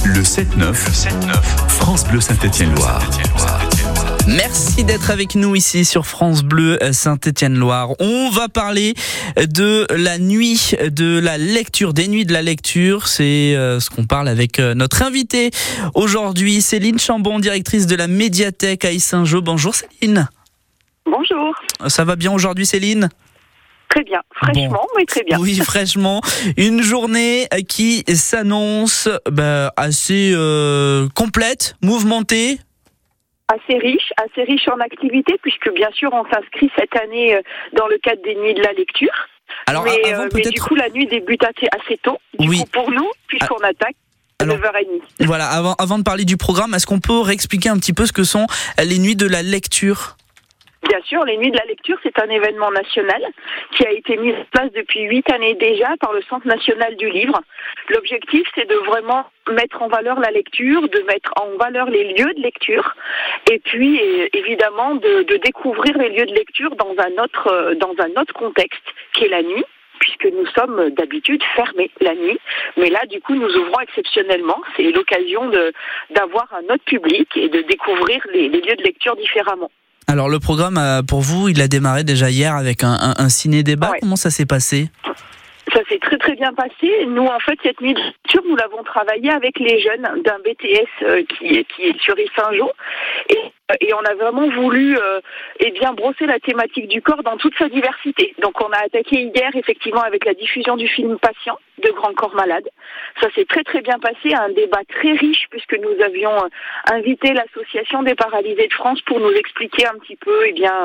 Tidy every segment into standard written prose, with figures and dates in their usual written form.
Le 7-9, France Bleu Saint-Étienne-Loire. Merci d'être avec nous ici sur France Bleu Saint-Étienne-Loire. On va parler de la nuit de la lecture, des nuits de la lecture. C'est ce qu'on parle avec notre invitée aujourd'hui, Céline Chambon, directrice de la médiathèque à Yssingeaux. Bonjour Céline. Bonjour. Ça va bien aujourd'hui Céline ? Très bien, fraîchement, mais très bien. Oui, fraîchement. Une journée qui s'annonce assez complète, mouvementée. Assez riche en activités, puisque bien sûr on s'inscrit cette année dans le cadre des nuits de la lecture. Alors, mais du coup la nuit débute assez tôt, du coup pour nous, puisqu'on attaque à 9h30. Voilà, avant de parler du programme, est-ce qu'on peut réexpliquer un petit peu ce que sont les nuits de la lecture ? Bien sûr, les Nuits de la Lecture, c'est un événement national qui a été mis en place depuis 8 années déjà par le Centre national du livre. L'objectif, c'est de vraiment mettre en valeur la lecture, de mettre en valeur les lieux de lecture, et puis évidemment de découvrir les lieux de lecture dans un autre contexte qui est la nuit, puisque nous sommes d'habitude fermés la nuit. Mais là, du coup, nous ouvrons exceptionnellement. C'est l'occasion d'avoir un autre public et de découvrir les lieux de lecture différemment. Alors le programme pour vous, il a démarré déjà hier avec un ciné-débat. Ouais. Comment ça s'est passé ? Ça s'est très très bien passé. Nous, en fait, cette nuit de lecture, nous l'avons travaillé avec les jeunes d'un BTS qui est sur Yssingeaux. Et on a vraiment voulu brosser la thématique du corps dans toute sa diversité. Donc on a attaqué hier effectivement avec la diffusion du film Patient de Grand Corps Malade. Ça s'est très très bien passé, un débat très riche puisque nous avions invité l'association des paralysés de France pour nous expliquer un petit peu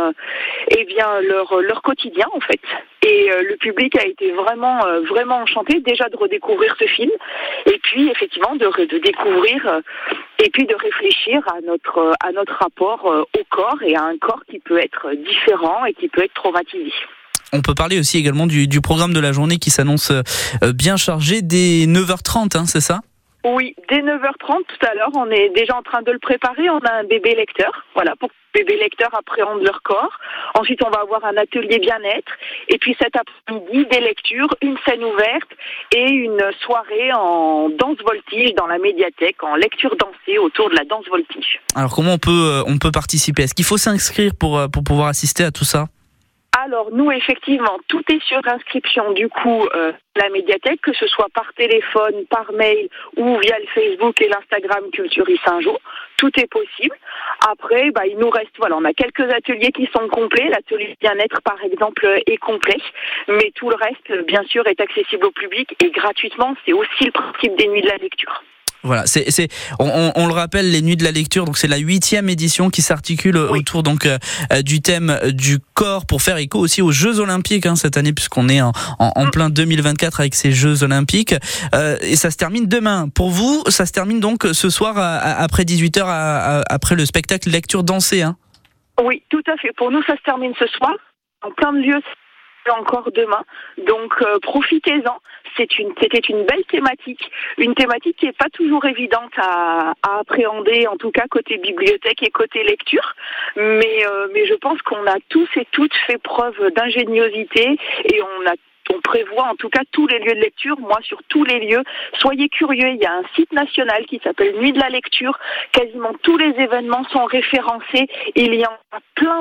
leur quotidien en fait. Et le public a été vraiment enchanté déjà de redécouvrir ce film et puis effectivement de découvrir et puis de réfléchir à notre rapport au corps et à un corps qui peut être différent et qui peut être traumatisé. On peut parler aussi également du programme de la journée qui s'annonce bien chargé dès 9h30, c'est ça ? Oui, dès 9h30 tout à l'heure, on est déjà en train de le préparer. On a un bébé lecteur, voilà, pour que les bébés lecteurs appréhendent leur corps. Ensuite, on va avoir un atelier bien-être. Et puis cet après-midi, des lectures, une scène ouverte et une soirée en danse voltige dans la médiathèque, en lecture dansée autour de la danse voltige. Alors comment on peut participer ? Est-ce qu'il faut s'inscrire pour pouvoir assister à tout ça ? Alors nous, effectivement, tout est sur inscription du coup la médiathèque, que ce soit par téléphone, par mail ou via le Facebook et l'Instagram Culture Yssingeaux. Tout est possible. Après, il nous reste, on a quelques ateliers qui sont complets. L'atelier bien-être, par exemple, est complet. Mais tout le reste, bien sûr, est accessible au public et gratuitement. C'est aussi le principe des Nuits de la Lecture. Voilà, on le rappelle, les Nuits de la Lecture, donc c'est la 8e édition qui s'articule autour donc du thème du corps pour faire écho aussi aux Jeux Olympiques cette année puisqu'on est en plein 2024 avec ces Jeux Olympiques et ça se termine demain. Pour vous, ça se termine donc ce soir après 18h après le spectacle lecture dansée. Oui, tout à fait. Pour nous, ça se termine ce soir en plein de lieux. Encore demain, donc profitez-en. C'était une belle thématique, une thématique qui n'est pas toujours évidente à appréhender, en tout cas côté bibliothèque et côté lecture, mais je pense qu'on a tous et toutes fait preuve d'ingéniosité et on prévoit en tout cas tous les lieux de lecture. Moi, sur tous les lieux, soyez curieux. Il y a un site national qui s'appelle Nuit de la Lecture. Quasiment tous les événements sont référencés. Il y en a plein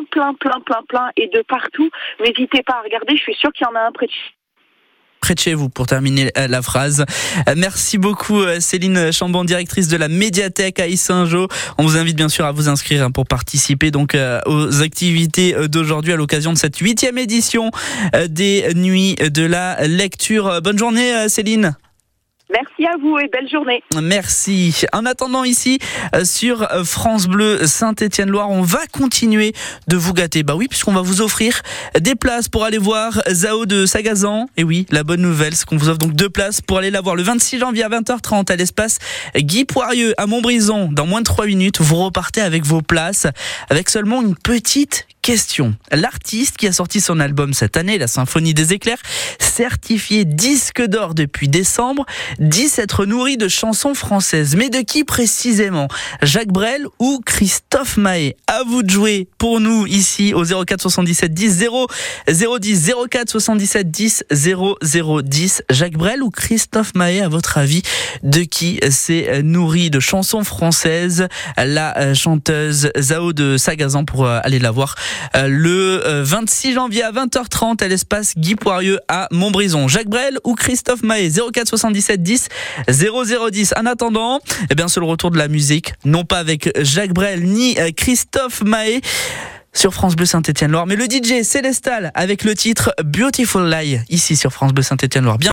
et de partout. N'hésitez pas à regarder. Je suis sûre qu'il y en a un près de chez vous pour terminer la phrase. Merci beaucoup Céline Chambon, directrice de la médiathèque à Yssingeaux. On vous invite bien sûr à vous inscrire pour participer donc aux activités d'aujourd'hui à l'occasion de cette 8e édition des Nuits de la Lecture. Bonne journée Céline. Merci à vous et belle journée. Merci. En attendant ici sur France Bleu Saint-Étienne-Loire, on va continuer de vous gâter. Oui, puisqu'on va vous offrir des places pour aller voir Zao de Sagazan. Et oui, la bonne nouvelle, c'est qu'on vous offre donc 2 places pour aller la voir le 26 janvier à 20h30 à l'espace Guy Poirieux à Montbrison. Dans moins de 3 minutes, vous repartez avec vos places avec seulement une petite question. L'artiste qui a sorti son album cette année, La Symphonie des éclairs, certifié disque d'or depuis décembre, dit s'être nourri de chansons françaises. Mais de qui précisément ? Jacques Brel ou Christophe Maé ? À vous de jouer pour nous ici au 04 77 10 0 010 04 77 10 0 010. Jacques Brel ou Christophe Maé, à votre avis, de qui s'est nourri de chansons françaises la chanteuse Zao de Sagazan, pour aller la voir le 26 janvier à 20h30 à l'espace Guy Poirieux à Montbrison. Jacques Brel ou Christophe Maé, 04 77 10 0010. En attendant, c'est le retour de la musique, non pas avec Jacques Brel ni Christophe Maé sur France Bleu Saint-Étienne-Loire, mais le DJ Célestal avec le titre Beautiful Lie ici sur France Bleu Saint-Étienne-Loire.